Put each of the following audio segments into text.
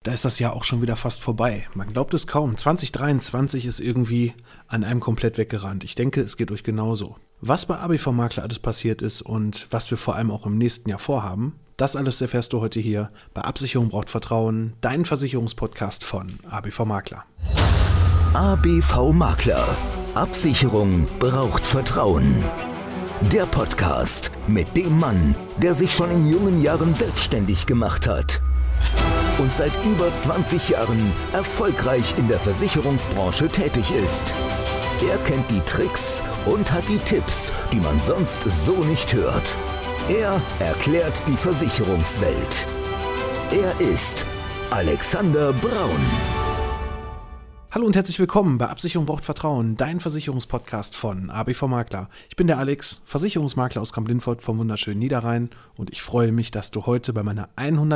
da ist das Jahr auch schon wieder fast vorbei. Man glaubt es kaum. 2023 ist irgendwie an einem komplett weggerannt. Ich denke, es geht euch genauso. Was bei ABV Makler alles passiert ist und was wir vor allem auch im nächsten Jahr vorhaben, das alles erfährst du heute hier bei Absicherung braucht Vertrauen, dein Versicherungspodcast von ABV Makler. ABV Makler. Absicherung braucht Vertrauen. Der Podcast mit dem Mann, der sich schon in jungen Jahren selbstständig gemacht hat und seit über 20 Jahren erfolgreich in der Versicherungsbranche tätig ist. Er kennt die Tricks und hat die Tipps, die man sonst so nicht hört. Er erklärt die Versicherungswelt. Er ist Alexander Braun. Hallo und herzlich willkommen bei Absicherung braucht Vertrauen, dein Versicherungspodcast von ABV Makler. Ich bin der Alex, Versicherungsmakler aus Kamp-Lintfort vom wunderschönen Niederrhein und ich freue mich, dass du heute bei meiner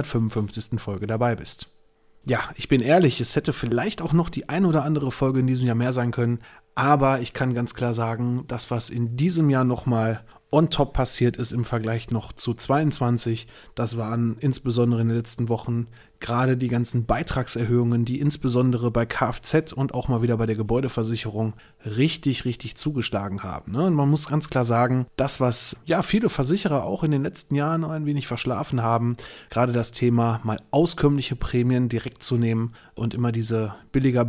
155. Folge dabei bist. Ja, ich bin ehrlich, es hätte vielleicht auch noch die ein oder andere Folge in diesem Jahr mehr sein können, aber ich kann ganz klar sagen, das, was in diesem Jahr nochmal on top passiert ist im Vergleich noch zu 22, das waren insbesondere in den letzten Wochen gerade die ganzen Beitragserhöhungen, die insbesondere bei Kfz und auch mal wieder bei der Gebäudeversicherung richtig zugeschlagen haben. Und man muss ganz klar sagen, das, was ja viele Versicherer auch in den letzten Jahren ein wenig verschlafen haben, gerade das Thema mal auskömmliche Prämien direkt zu nehmen und immer diese billiger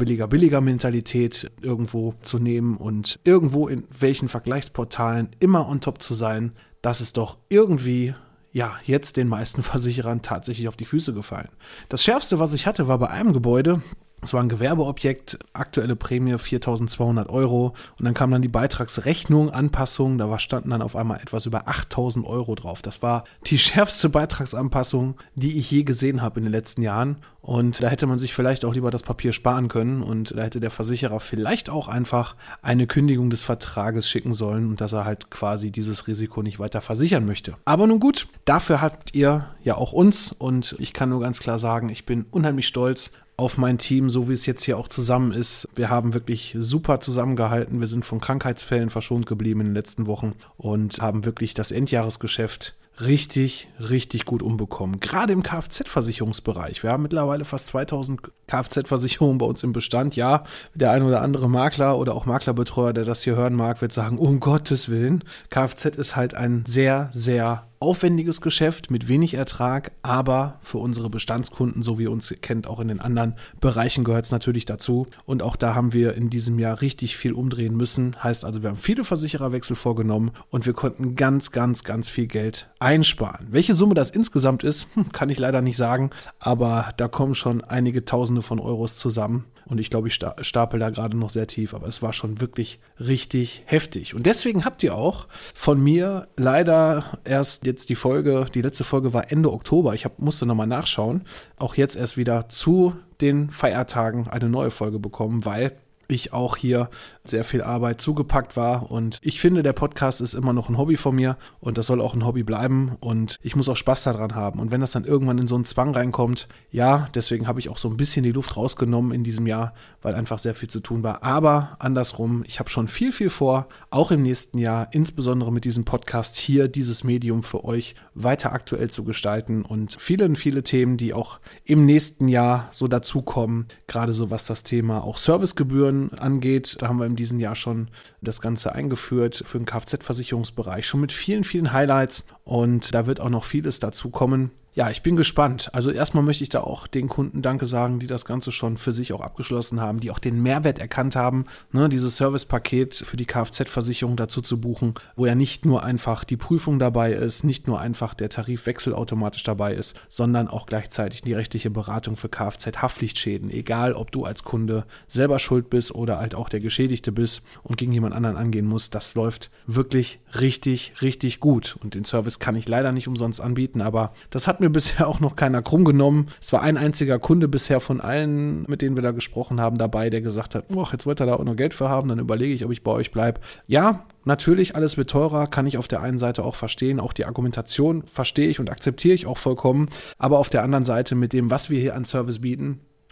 Mentalität irgendwo zu nehmen und irgendwo in welchen Vergleichsportalen immer on top zu sein, das ist doch irgendwie jetzt den meisten Versicherern tatsächlich auf die Füße gefallen. Das Schärfste, was ich hatte, war bei einem Gebäude. Es war ein Gewerbeobjekt, aktuelle Prämie 4.200 € und dann kam dann die Beitragsrechnung, Anpassung, da standen dann auf einmal etwas über 8.000 € drauf. Das war die schärfste Beitragsanpassung, die ich je gesehen habe in den letzten Jahren und da hätte man sich vielleicht auch lieber das Papier sparen können und da hätte der Versicherer vielleicht auch einfach eine Kündigung des Vertrages schicken sollen und dass er halt quasi dieses Risiko nicht weiter versichern möchte. Aber nun gut, dafür habt ihr ja auch uns und ich kann nur ganz klar sagen, ich bin unheimlich stolz auf mein Team, so wie es jetzt hier auch zusammen ist. Wir haben wirklich super zusammengehalten. Wir sind von Krankheitsfällen verschont geblieben in den letzten Wochen und haben wirklich das Endjahresgeschäft richtig gut umbekommen. Gerade im Kfz-Versicherungsbereich. Wir haben mittlerweile fast 2000 Kfz-Versicherungen bei uns im Bestand. Ja, der ein oder andere Makler oder auch Maklerbetreuer, der das hier hören mag, wird sagen, um Gottes Willen, Kfz ist halt ein sehr aufwendiges Geschäft mit wenig Ertrag, aber für unsere Bestandskunden, so wie ihr uns kennt, auch in den anderen Bereichen gehört es natürlich dazu. Und auch da haben wir in diesem Jahr richtig viel umdrehen müssen. Heißt also, wir haben viele Versichererwechsel vorgenommen und wir konnten ganz viel Geld einsparen. Welche Summe das insgesamt ist, kann ich leider nicht sagen, aber da kommen schon einige Tausende von Euros zusammen. Und ich glaube, ich stapel da gerade noch sehr tief, aber es war schon wirklich richtig heftig. Und deswegen habt ihr auch von mir leider erst jetzt die letzte Folge war Ende Oktober. Ich musste nochmal nachschauen. Auch jetzt erst wieder zu den Feiertagen eine neue Folge bekommen, weil ich auch hier sehr viel Arbeit zugepackt war und ich finde, der Podcast ist immer noch ein Hobby von mir und das soll auch ein Hobby bleiben und ich muss auch Spaß daran haben und wenn das dann irgendwann in so einen Zwang reinkommt, ja, deswegen habe ich auch so ein bisschen die Luft rausgenommen in diesem Jahr, weil einfach sehr viel zu tun war, aber andersrum, ich habe schon viel vor, auch im nächsten Jahr, insbesondere mit diesem Podcast hier, dieses Medium für euch weiter aktuell zu gestalten und viele Themen, die auch im nächsten Jahr so dazukommen, gerade so was das Thema auch Servicegebühren angeht, da haben wir in diesem Jahr schon das Ganze eingeführt für den Kfz-Versicherungsbereich, schon mit vielen Highlights und da wird auch noch vieles dazu kommen. Ja, ich bin gespannt. Also erstmal möchte ich da auch den Kunden Danke sagen, die das Ganze schon für sich auch abgeschlossen haben, die auch den Mehrwert erkannt haben, dieses Servicepaket für die Kfz-Versicherung dazu zu buchen, wo ja nicht nur einfach die Prüfung dabei ist, nicht nur einfach der Tarifwechsel automatisch dabei ist, sondern auch gleichzeitig die rechtliche Beratung für Kfz-Haftpflichtschäden. Egal, ob du als Kunde selber schuld bist oder halt auch der Geschädigte bist und gegen jemand anderen angehen musst, das läuft wirklich richtig gut. Und den Service kann ich leider nicht umsonst anbieten, aber das hat mir bisher auch noch keiner krumm genommen. Es war ein einziger Kunde bisher von allen, mit denen wir da gesprochen haben, dabei, der gesagt hat, jetzt wollt ihr da auch noch Geld für haben, dann überlege ich, ob ich bei euch bleibe. Ja, natürlich, alles wird teurer, kann ich auf der einen Seite auch verstehen, auch die Argumentation verstehe ich und akzeptiere ich auch vollkommen, aber auf der anderen Seite mit dem, was wir hier an Service bieten,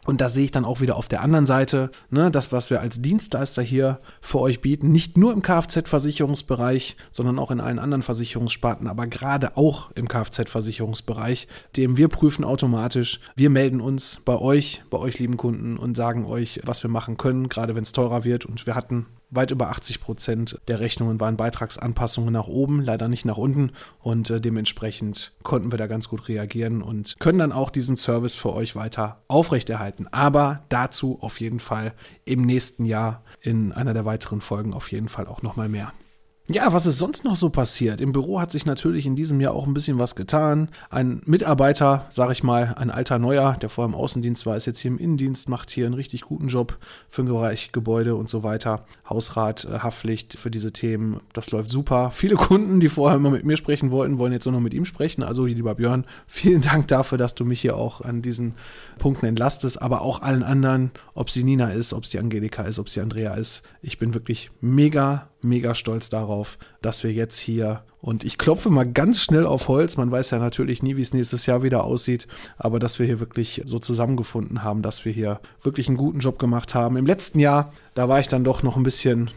Und das sehe ich dann auch wieder auf der anderen Seite, ne, das, was wir als Dienstleister hier für euch bieten, nicht nur im Kfz-Versicherungsbereich, sondern auch in allen anderen Versicherungssparten, aber gerade auch im Kfz-Versicherungsbereich, dem wir prüfen automatisch. Wir melden uns bei euch lieben Kunden und sagen euch, was wir machen können, gerade wenn es teurer wird. Und wir hatten weit über 80% der Rechnungen waren Beitragsanpassungen nach oben, leider nicht nach unten. Und dementsprechend konnten wir da ganz gut reagieren und können dann auch diesen Service für euch weiter aufrechterhalten. Aber dazu auf jeden Fall im nächsten Jahr in einer der weiteren Folgen auf jeden Fall auch nochmal mehr. Ja, was ist sonst noch so passiert? Im Büro hat sich natürlich in diesem Jahr auch ein bisschen was getan. Ein Mitarbeiter, sage ich mal, ein alter Neuer, der vorher im Außendienst war, ist jetzt hier im Innendienst, macht hier einen richtig guten Job für den Bereich Gebäude und so weiter. Hausrat, Haftpflicht für diese Themen, das läuft super. Viele Kunden, die vorher immer mit mir sprechen wollten, wollen jetzt nur noch mit ihm sprechen. Also lieber Björn, vielen Dank dafür, dass du mich hier auch an diesen Punkten entlastest, aber auch allen anderen, ob sie Nina ist, ob es die Angelika ist, ob es die Andrea ist. Ich bin wirklich mega stolz darauf, dass wir jetzt hier, und ich klopfe mal ganz schnell auf Holz, man weiß ja natürlich nie, wie es nächstes Jahr wieder aussieht, aber dass wir hier wirklich so zusammengefunden haben, dass wir hier wirklich einen guten Job gemacht haben. Im letzten Jahr, da war ich dann doch noch ein bisschen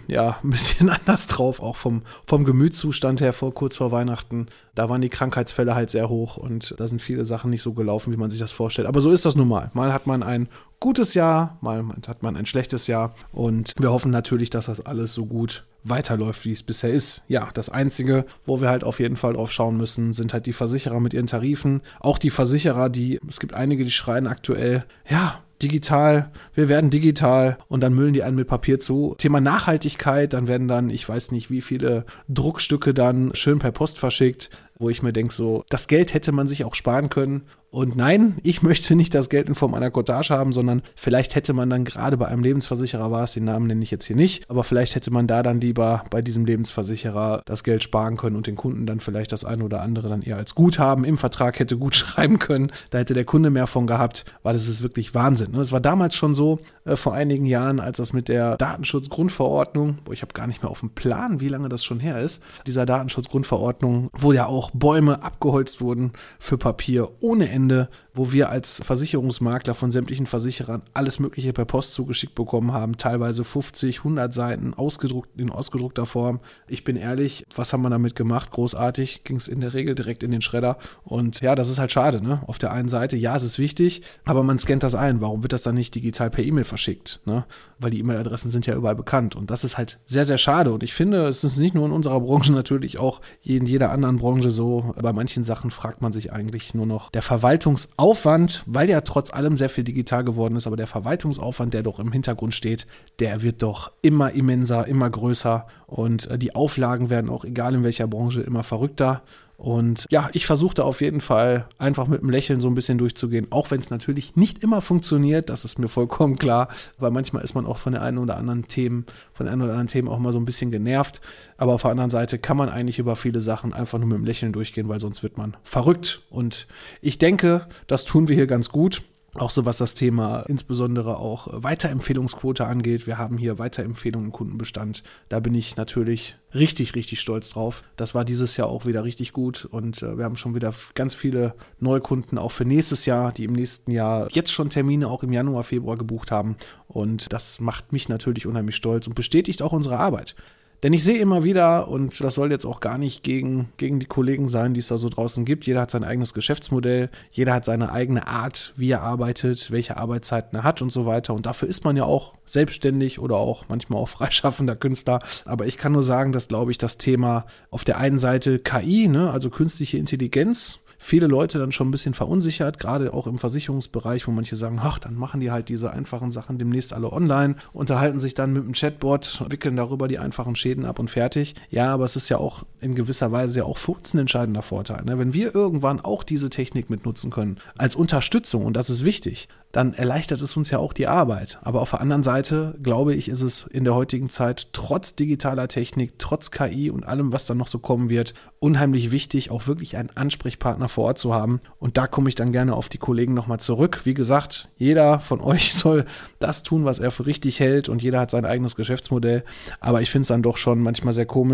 anders drauf, auch vom Gemütszustand her, kurz vor Weihnachten. Da waren die Krankheitsfälle halt sehr hoch und da sind viele Sachen nicht so gelaufen, wie man sich das vorstellt. Aber so ist das nun mal. Mal hat man ein gutes Jahr, mal hat man ein schlechtes Jahr und wir hoffen natürlich, dass das alles so gut weiterläuft, wie es bisher ist. Ja, das Einzige, wo wir halt auf jeden Fall drauf schauen müssen, sind halt die Versicherer mit ihren Tarifen. Auch die Versicherer, es gibt einige, die schreien aktuell, ja, digital, wir werden digital und dann müllen die einen mit Papier zu. Thema Nachhaltigkeit, dann werden dann, ich weiß nicht, wie viele Druckstücke dann schön per Post verschickt, wo ich mir denke, so, das Geld hätte man sich auch sparen können. Und nein, ich möchte nicht das Geld in Form einer Cottage haben, sondern vielleicht hätte man dann gerade bei einem Lebensversicherer den Namen nenne ich jetzt hier nicht, aber vielleicht hätte man da dann lieber bei diesem Lebensversicherer das Geld sparen können und den Kunden dann vielleicht das eine oder andere dann eher als Guthaben im Vertrag hätte gut schreiben können. Da hätte der Kunde mehr von gehabt, weil das ist wirklich Wahnsinn. Es war damals schon so, vor einigen Jahren, als das mit der Datenschutzgrundverordnung, ich habe gar nicht mehr auf dem Plan, wie lange das schon her ist, dieser Datenschutzgrundverordnung, wo ja auch Bäume abgeholzt wurden für Papier ohne Ende, wo wir als Versicherungsmakler von sämtlichen Versicherern alles Mögliche per Post zugeschickt bekommen haben, teilweise 50, 100 Seiten in ausgedruckter Form. Ich bin ehrlich, was haben wir damit gemacht? Großartig, ging es in der Regel direkt in den Schredder und ja, das ist halt schade, ne? Auf der einen Seite, ja, es ist wichtig, aber man scannt das ein. Warum wird das dann nicht digital per E-Mail verschickt? Ne? Weil die E-Mail-Adressen sind ja überall bekannt und das ist halt sehr, sehr schade und ich finde, es ist nicht nur in unserer Branche, natürlich auch in jeder anderen Branche so. Bei manchen Sachen fragt man sich eigentlich nur noch, der Verwaltungsaufwand, weil ja trotz allem sehr viel digital geworden ist, aber der Verwaltungsaufwand, der doch im Hintergrund steht, der wird doch immer immenser, immer größer und die Auflagen werden auch, egal in welcher Branche, immer verrückter. Und ja, ich versuche da auf jeden Fall einfach mit einem Lächeln so ein bisschen durchzugehen, auch wenn es natürlich nicht immer funktioniert, das ist mir vollkommen klar, weil manchmal ist man auch von den einen oder anderen Themen auch mal so ein bisschen genervt, aber auf der anderen Seite kann man eigentlich über viele Sachen einfach nur mit einem Lächeln durchgehen, weil sonst wird man verrückt und ich denke, das tun wir hier ganz gut. Auch so was das Thema insbesondere auch Weiterempfehlungsquote angeht. Wir haben hier Weiterempfehlungen im Kundenbestand. Da bin ich natürlich richtig stolz drauf. Das war dieses Jahr auch wieder richtig gut und wir haben schon wieder ganz viele Neukunden auch für nächstes Jahr, die im nächsten Jahr jetzt schon Termine auch im Januar, Februar gebucht haben und das macht mich natürlich unheimlich stolz und bestätigt auch unsere Arbeit. Denn ich sehe immer wieder, und das soll jetzt auch gar nicht gegen die Kollegen sein, die es da so draußen gibt, jeder hat sein eigenes Geschäftsmodell, jeder hat seine eigene Art, wie er arbeitet, welche Arbeitszeiten er hat und so weiter. Und dafür ist man ja auch selbstständig oder auch manchmal auch freischaffender Künstler. Aber ich kann nur sagen, dass, glaube ich, das Thema auf der einen Seite KI, also künstliche Intelligenz, viele Leute dann schon ein bisschen verunsichert, gerade auch im Versicherungsbereich, wo manche sagen, ach, dann machen die halt diese einfachen Sachen demnächst alle online, unterhalten sich dann mit dem Chatbot, wickeln darüber die einfachen Schäden ab und fertig. Ja, aber es ist ja auch in gewisser Weise ja auch für uns ein entscheidender Vorteil. Ne? Wenn wir irgendwann auch diese Technik mitnutzen können, als Unterstützung, und das ist wichtig, dann erleichtert es uns ja auch die Arbeit. Aber auf der anderen Seite, glaube ich, ist es in der heutigen Zeit trotz digitaler Technik, trotz KI und allem, was dann noch so kommen wird, unheimlich wichtig, auch wirklich einen Ansprechpartner vor Ort zu haben. Und da komme ich dann gerne auf die Kollegen nochmal zurück. Wie gesagt, jeder von euch soll das tun, was er für richtig hält und jeder hat sein eigenes Geschäftsmodell. Aber ich finde es dann doch schon manchmal sehr komisch,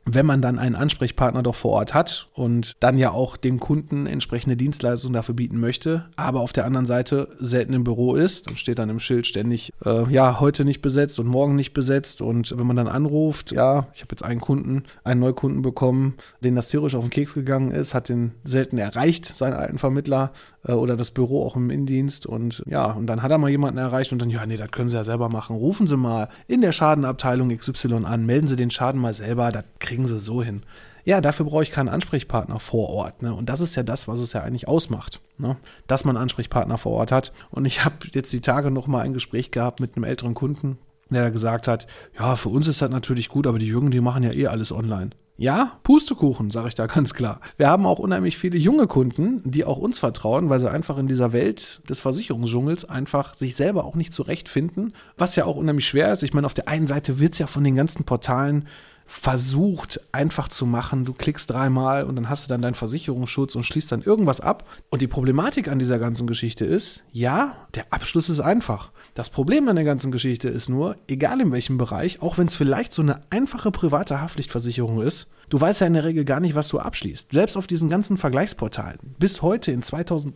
wenn man dann einen Ansprechpartner doch vor Ort hat und dann ja auch dem Kunden entsprechende Dienstleistungen dafür bieten möchte, aber auf der anderen Seite selten im Büro ist, dann steht dann im Schild ständig, heute nicht besetzt und morgen nicht besetzt, und wenn man dann anruft, ja, ich habe jetzt einen Neukunden bekommen, den das tierisch auf den Keks gegangen ist, hat den selten erreicht, seinen alten Vermittler oder das Büro auch im Innendienst, und dann hat er mal jemanden erreicht und dann, das können Sie ja selber machen, rufen Sie mal in der Schadenabteilung XY an, melden Sie den Schaden mal selber, das kriegen Sie so hin. Ja, dafür brauche ich keinen Ansprechpartner vor Ort, ne? Und das ist ja das, was es ja eigentlich ausmacht, ne? Dass man einen Ansprechpartner vor Ort hat. Und ich habe jetzt die Tage noch mal ein Gespräch gehabt mit einem älteren Kunden, der gesagt hat, ja, für uns ist das natürlich gut, aber die Jungen, die machen ja alles online. Ja, Pustekuchen, sage ich da ganz klar. Wir haben auch unheimlich viele junge Kunden, die auch uns vertrauen, weil sie einfach in dieser Welt des Versicherungsdschungels einfach sich selber auch nicht zurechtfinden, was ja auch unheimlich schwer ist. Ich meine, auf der einen Seite wird es ja von den ganzen Portalen versucht einfach zu machen, du klickst 3-mal und dann hast du dann deinen Versicherungsschutz und schließt dann irgendwas ab. Und die Problematik an dieser ganzen Geschichte ist, ja, der Abschluss ist einfach. Das Problem an der ganzen Geschichte ist nur, egal in welchem Bereich, auch wenn es vielleicht so eine einfache private Haftpflichtversicherung ist, du weißt ja in der Regel gar nicht, was du abschließt. Selbst auf diesen ganzen Vergleichsportalen. Bis heute in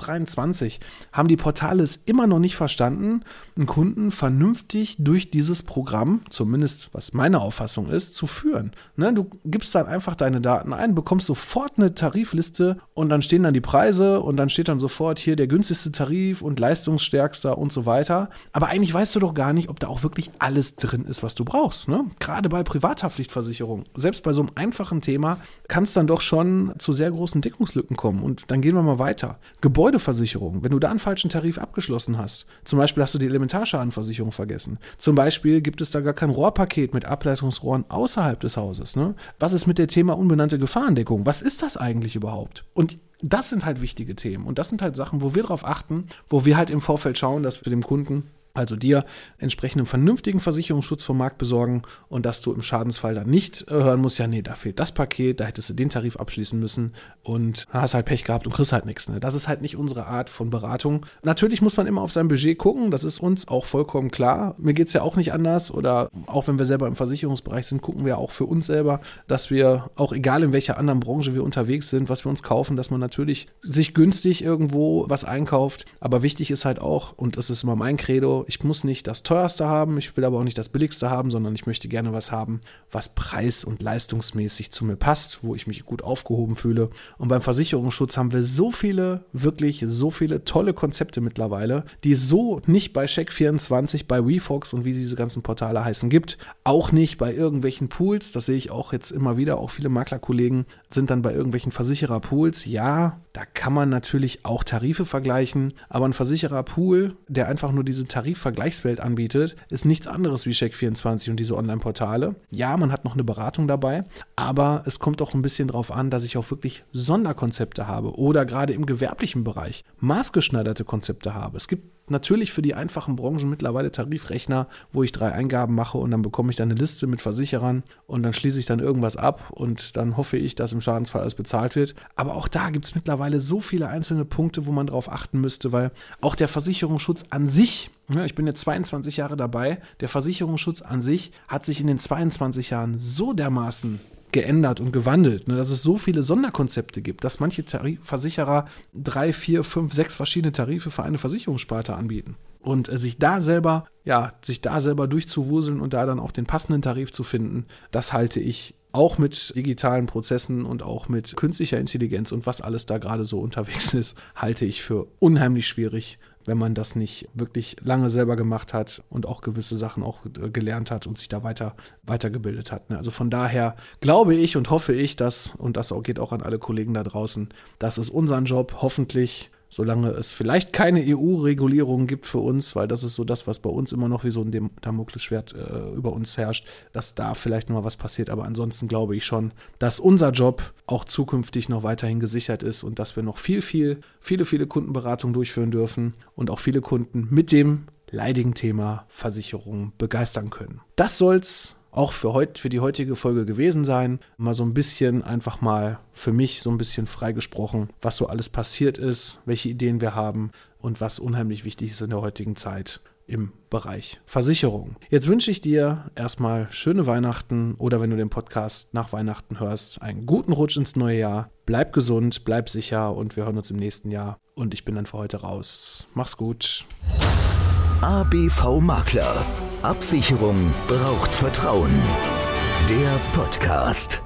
2023 haben die Portale es immer noch nicht verstanden, einen Kunden vernünftig durch dieses Programm, zumindest was meine Auffassung ist, zu führen. Ne, du gibst dann einfach deine Daten ein, bekommst sofort eine Tarifliste und dann stehen dann die Preise und dann steht dann sofort hier der günstigste Tarif und leistungsstärkster und so weiter. Aber eigentlich weißt du doch gar nicht, ob da auch wirklich alles drin ist, was du brauchst. Ne? Gerade bei Privathaftpflichtversicherung, selbst bei so einem einfachen Thema, kann es dann doch schon zu sehr großen Deckungslücken kommen. Und dann gehen wir mal weiter. Gebäudeversicherung, wenn du da einen falschen Tarif abgeschlossen hast, zum Beispiel hast du die Elementarschadenversicherung vergessen. Zum Beispiel gibt es da gar kein Rohrpaket mit Ableitungsrohren außerhalb des Hauses. Ne? Was ist mit dem Thema unbenannte Gefahrendeckung? Was ist das eigentlich überhaupt? Und das sind halt wichtige Themen. Und das sind halt Sachen, wo wir darauf achten, wo wir halt im Vorfeld schauen, dass wir dem Kunden, also dir, entsprechenden vernünftigen Versicherungsschutz vom Markt besorgen und dass du im Schadensfall dann nicht hören musst, ja nee, da fehlt das Paket, da hättest du den Tarif abschließen müssen und hast halt Pech gehabt und kriegst halt nichts. Ne? Das ist halt nicht unsere Art von Beratung. Natürlich muss man immer auf sein Budget gucken, das ist uns auch vollkommen klar. Mir geht es ja auch nicht anders, oder auch wenn wir selber im Versicherungsbereich sind, gucken wir auch für uns selber, dass wir, auch egal in welcher anderen Branche wir unterwegs sind, was wir uns kaufen, dass man natürlich sich günstig irgendwo was einkauft. Aber wichtig ist halt auch, und das ist immer mein Credo, ich muss nicht das teuerste haben, ich will aber auch nicht das billigste haben, sondern ich möchte gerne was haben, was preis- und leistungsmäßig zu mir passt, wo ich mich gut aufgehoben fühle. Und beim Versicherungsschutz haben wir wirklich so viele tolle Konzepte mittlerweile, die es so nicht bei Check24, bei WeFox und wie diese ganzen Portale heißen gibt, auch nicht bei irgendwelchen Pools, das sehe ich auch jetzt immer wieder, auch viele Maklerkollegen sind dann bei irgendwelchen Versichererpools. Ja, da kann man natürlich auch Tarife vergleichen, aber ein Versichererpool, der einfach nur diese Tarifvergleichswelt anbietet, ist nichts anderes wie Check24 und diese Online-Portale. Ja, man hat noch eine Beratung dabei, aber es kommt auch ein bisschen drauf an, dass ich auch wirklich Sonderkonzepte habe oder gerade im gewerblichen Bereich maßgeschneiderte Konzepte habe. Es gibt natürlich für die einfachen Branchen mittlerweile Tarifrechner, wo ich 3 Eingaben mache und dann bekomme ich dann eine Liste mit Versicherern und dann schließe ich dann irgendwas ab und dann hoffe ich, dass im Schadensfall alles bezahlt wird. Aber auch da gibt es mittlerweile so viele einzelne Punkte, wo man drauf achten müsste, weil auch der Versicherungsschutz an sich, ich bin jetzt 22 Jahre dabei, der Versicherungsschutz an sich hat sich in den 22 Jahren so dermaßen geändert und gewandelt, dass es so viele Sonderkonzepte gibt, dass manche Versicherer 3, 4, 5, 6 verschiedene Tarife für eine Versicherungssparte anbieten. Und sich da selber durchzuwuseln und da dann auch den passenden Tarif zu finden, das halte ich auch mit digitalen Prozessen und auch mit künstlicher Intelligenz und was alles da gerade so unterwegs ist, halte ich für unheimlich schwierig, wenn man das nicht wirklich lange selber gemacht hat und auch gewisse Sachen auch gelernt hat und sich da weitergebildet hat. Also von daher glaube ich und hoffe ich, und das geht auch an alle Kollegen da draußen, dass es unseren Job hoffentlich, solange es vielleicht keine EU-Regulierung gibt für uns, weil das ist so das, was bei uns immer noch wie so ein Damoklesschwert über uns herrscht, dass da vielleicht noch mal was passiert. Aber ansonsten glaube ich schon, dass unser Job auch zukünftig noch weiterhin gesichert ist und dass wir noch viele Kundenberatungen durchführen dürfen und auch viele Kunden mit dem leidigen Thema Versicherung begeistern können. Das soll's auch für die heutige Folge gewesen sein. Mal so ein bisschen einfach mal für mich so ein bisschen freigesprochen, was so alles passiert ist, welche Ideen wir haben und was unheimlich wichtig ist in der heutigen Zeit. im Bereich Versicherung. Jetzt wünsche ich dir erstmal schöne Weihnachten oder wenn du den Podcast nach Weihnachten hörst, einen guten Rutsch ins neue Jahr. Bleib gesund, bleib sicher und wir hören uns im nächsten Jahr. Und ich bin dann für heute raus. Mach's gut. ABV Makler. Absicherung braucht Vertrauen. Der Podcast.